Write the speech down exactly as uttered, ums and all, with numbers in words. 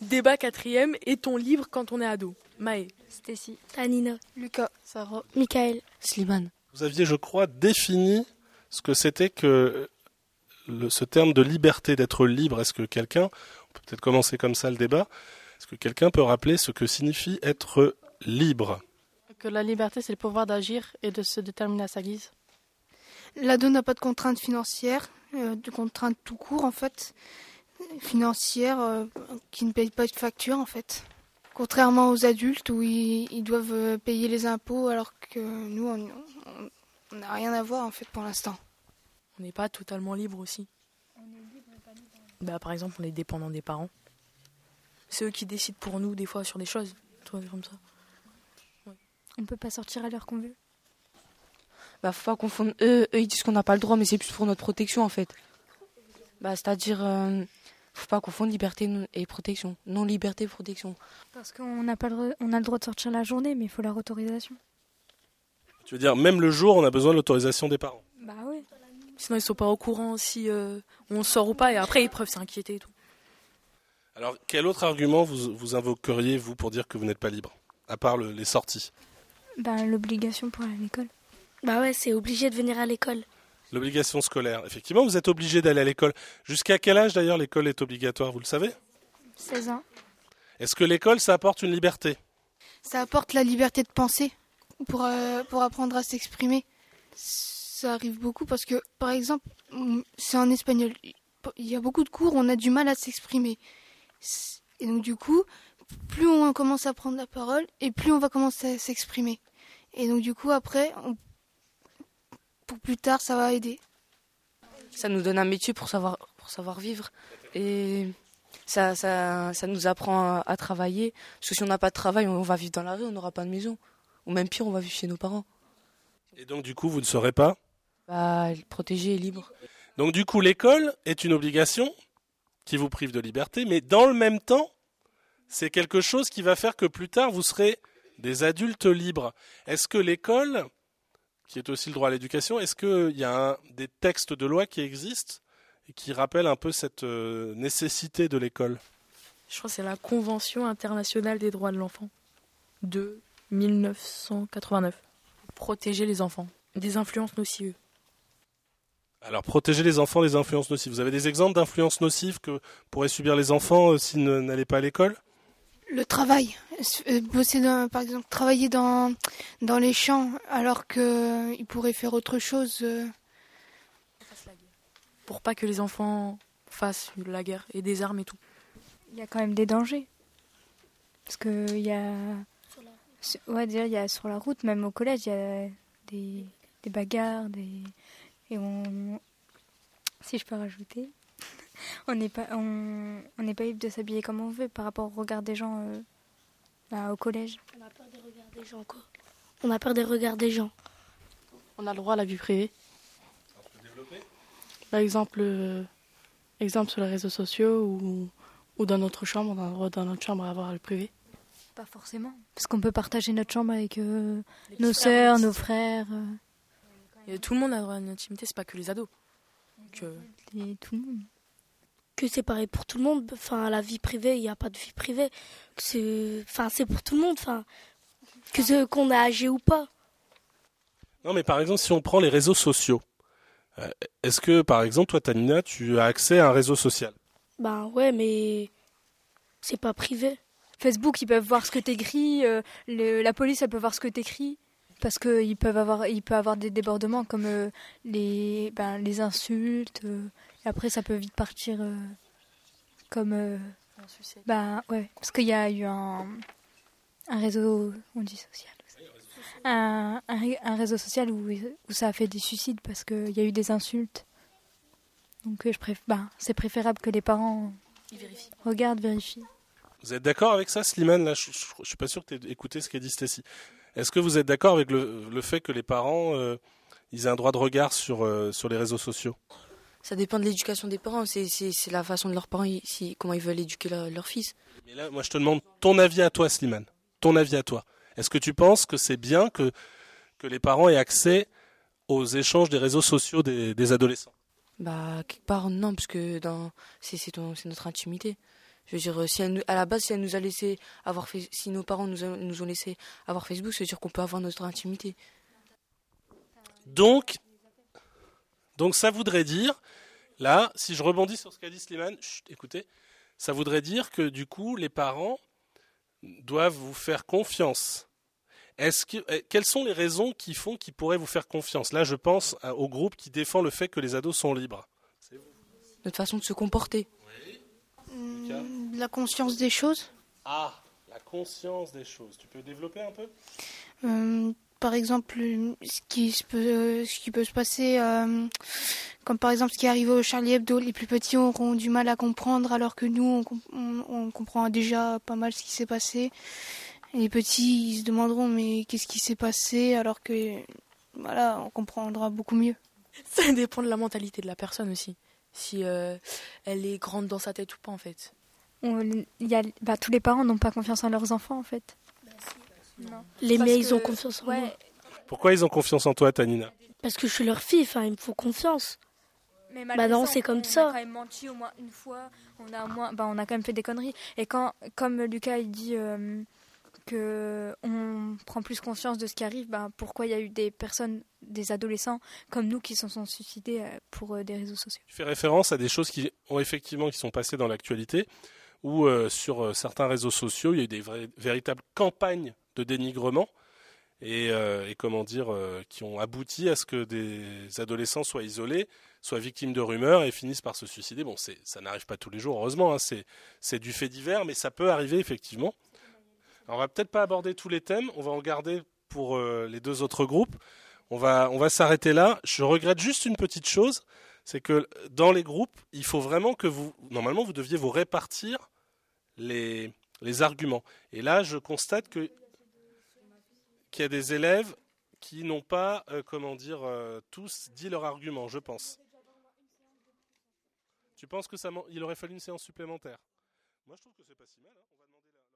Débat quatrième, est-on libre quand on est ado? Maë. Stécie. Tanina. Lucas. Sarah. Michael. Slimane. Vous aviez, je crois, défini ce que c'était que le, ce terme de liberté, d'être libre. Est-ce que quelqu'un, on peut peut-être commencer comme ça le débat, est-ce que quelqu'un peut rappeler ce que signifie être libre? Que la liberté, c'est le pouvoir d'agir et de se déterminer à sa guise. L'ado n'a pas de contraintes financières, euh, de contraintes tout court en fait, financières euh, qui ne payent pas de facture en fait. Contrairement aux adultes où ils, ils doivent payer les impôts alors que nous on n'a rien à voir en fait pour l'instant. On n'est pas totalement libre aussi. On est libre mais pas libre. Bah, par exemple, on est dépendant des parents. C'est eux qui décident pour nous des fois sur des choses, trucs comme ça. Ouais. On ne peut pas sortir à l'heure qu'on veut. Bah, faut pas confondre. Eux, eux, ils disent qu'on n'a pas le droit, mais c'est plus pour notre protection, en fait. Bah, c'est-à-dire, euh, faut pas confondre liberté et protection. Non, liberté et protection. Parce qu'on n'a pas le, on a le droit de sortir la journée, mais il faut leur autorisation. Tu veux dire, même le jour, on a besoin de l'autorisation des parents? Bah oui. Sinon, ils sont pas au courant si euh, on sort ou pas, et après, ils peuvent s'inquiéter et tout. Alors, quel autre argument vous, vous invoqueriez, vous, pour dire que vous n'êtes pas libre, à part le, les sorties? Bah, l'obligation pour aller à l'école. Bah ouais, c'est obligé de venir à l'école. L'obligation scolaire. Effectivement, vous êtes obligé d'aller à l'école. Jusqu'à quel âge, d'ailleurs, l'école est obligatoire, vous le savez? seize ans. Est-ce que l'école, ça apporte une liberté? Ça apporte la liberté de penser pour, euh, pour apprendre à s'exprimer. Ça arrive beaucoup parce que, par exemple, c'est en espagnol. Il y a beaucoup de cours où on a du mal à s'exprimer. Et donc, du coup, plus on commence à prendre la parole et plus on va commencer à s'exprimer. Et donc, du coup, après, on... pour plus tard, ça va aider. Ça nous donne un métier pour savoir, pour savoir vivre. Et ça, ça, ça nous apprend à, à travailler. Parce que si on n'a pas de travail, on va vivre dans la rue, on n'aura pas de maison. Ou même pire, on va vivre chez nos parents. Et donc, du coup, vous ne serez pas bah, protégé et libre. Donc, du coup, l'école est une obligation qui vous prive de liberté, mais dans le même temps, c'est quelque chose qui va faire que plus tard, vous serez des adultes libres. Est-ce que l'école, qui est aussi le droit à l'éducation, est-ce qu'il y a un, des textes de loi qui existent et qui rappellent un peu cette euh, nécessité de l'école? Je crois que c'est la Convention internationale des droits de l'enfant de mille neuf cent quatre-vingt-neuf. Protéger les enfants des influences nocives. Alors, protéger les enfants des influences nocives. Vous avez des exemples d'influences nocives que pourraient subir les enfants euh, s'ils n'allaient pas à l'école? Le travail. Euh, bosser dans, par exemple, travailler dans, dans les champs alors qu'ils euh, pourraient faire autre chose. Euh... Pour pas que les enfants fassent la guerre et des armes et tout. Il y a quand même des dangers. Parce qu'il y a... Ouais, déjà, il y a sur la route, même au collège, il y a des, des bagarres, des... Et on... Si je peux rajouter... On n'est pas, on, on n'est pas libre de s'habiller comme on veut par rapport au regard des gens euh, bah, au collège. On a peur des regards des gens, quoi. On a peur des regards des gens. On a le droit à la vie privée. On peut développer? Par exemple, euh, exemple sur les réseaux sociaux ou, ou dans notre chambre, on a le droit dans notre chambre à avoir le privé. Pas forcément. Parce qu'on peut partager notre chambre avec euh, nos sœurs, nos frères. Euh. Et tout le monde a le droit à une intimité, c'est pas que les ados. Donc, euh... Et tout le monde. Que c'est pareil pour tout le monde. Enfin, la vie privée, il n'y a pas de vie privée. C'est, enfin, c'est pour tout le monde. Enfin, que ce, qu'on a âgé ou pas. Non, mais par exemple, si on prend les réseaux sociaux, euh, est-ce que, par exemple, toi, Tanina, tu as accès à un réseau social? Ben ouais, mais c'est pas privé. Facebook, ils peuvent voir ce que t'écris. Euh, le, la police, elle peut voir ce que t'écris. Parce qu'ils peuvent avoir, il peut avoir des débordements comme euh, les, ben, les insultes. Euh, et après, ça peut vite partir euh, comme... Euh, ben, ouais, parce qu'il y a eu un, un réseau, on dit social. Un, un, un réseau social où, où ça a fait des suicides parce qu'il y a eu des insultes. Donc, euh, je préf- ben, c'est préférable que les parents vérifient. regardent, vérifient. Vous êtes d'accord avec ça, Slimane? Là, je, je, je suis pas sûr que tu aies écouté ce qu'a dit Stécie. Est-ce que vous êtes d'accord avec le, le fait que les parents euh, ils aient un droit de regard sur, euh, sur les réseaux sociaux? Ça dépend de l'éducation des parents. C'est, c'est, c'est la façon de leurs parents, si, comment ils veulent éduquer leur, leur fils. Mais là, moi, je te demande ton avis à toi, Slimane. Ton avis à toi. Est-ce que tu penses que c'est bien que, que les parents aient accès aux échanges des réseaux sociaux des, des adolescents? Bah, quelque part, non, parce que dans, c'est, c'est, ton, c'est notre intimité. Je veux dire, si elle, nous- à la base, si elle nous a laissé avoir fait, si nos parents nous, a- nous ont laissé avoir Facebook, ça veut dire qu'on peut avoir notre intimité. Donc, donc ça voudrait dire, là, si je rebondis sur ce qu'a dit Slimane, chut, écoutez, ça voudrait dire que du coup, les parents doivent vous faire confiance. Est-ce que, eh, quelles sont les raisons qui font qu'ils pourraient vous faire confiance? Là, je pense à- au groupe qui défend le fait que les ados sont libres. Notre façon de se comporter. Hum, La conscience des choses. Ah, la conscience des choses. Tu peux développer un peu? Euh, par exemple, euh, ce qui, se peut, euh, ce qui peut se passer, euh, comme par exemple ce qui est arrivé au Charlie Hebdo, les plus petits auront du mal à comprendre alors que nous, on, com- on- on comprend déjà pas mal ce qui s'est passé. Et les petits, ils se demanderont mais qu'est-ce qui s'est passé alors que, voilà, on comprendra beaucoup mieux. Ça dépend de la mentalité de la personne aussi. Si euh, elle est grande dans sa tête ou pas, en fait. On- il y a, bah, tous les parents n'ont pas confiance en leurs enfants, en fait. Non. Les Parce miens, ils que- ont confiance en ouais, moi. Pourquoi ils ont confiance en toi, Tanina? Parce que je suis leur fille, enfin, il me faut confiance. Mais malgré Bah non, ça, c'est on- comme on ça. a quand même menti au moins une fois. On a, au moins, bah, on a quand même fait des conneries. Et quand, comme Lucas il dit euh, que on prend plus conscience de ce qui arrive, bah, pourquoi il y a eu des personnes, des adolescents comme nous qui se sont suicidés euh, pour euh, des réseaux sociaux. Tu fais référence à des choses qui ont effectivement qui sont passées dans l'actualité, où euh, sur euh, certains réseaux sociaux, il y a eu des vrais- véritables campagnes de dénigrement et, euh, et comment dire, euh, qui ont abouti à ce que des adolescents soient isolés, soient victimes de rumeurs et finissent par se suicider. Bon, c'est, ça n'arrive pas tous les jours, heureusement, hein, c'est, c'est du fait divers, mais ça peut arriver effectivement. Alors, on va peut-être pas aborder tous les thèmes, on va en garder pour euh, les deux autres groupes. On va, on va s'arrêter là. Je regrette juste une petite chose, c'est que dans les groupes, il faut vraiment que vous, normalement, vous deviez vous répartir les, les arguments. Et là, je constate que qu'il y a des élèves qui n'ont pas, euh, comment dire, euh, tous dit leur argument, je pense. Tu penses que ça, man- il aurait fallu une séance supplémentaire? Moi, je trouve que c'est pas si mal. Hein. On va demander la...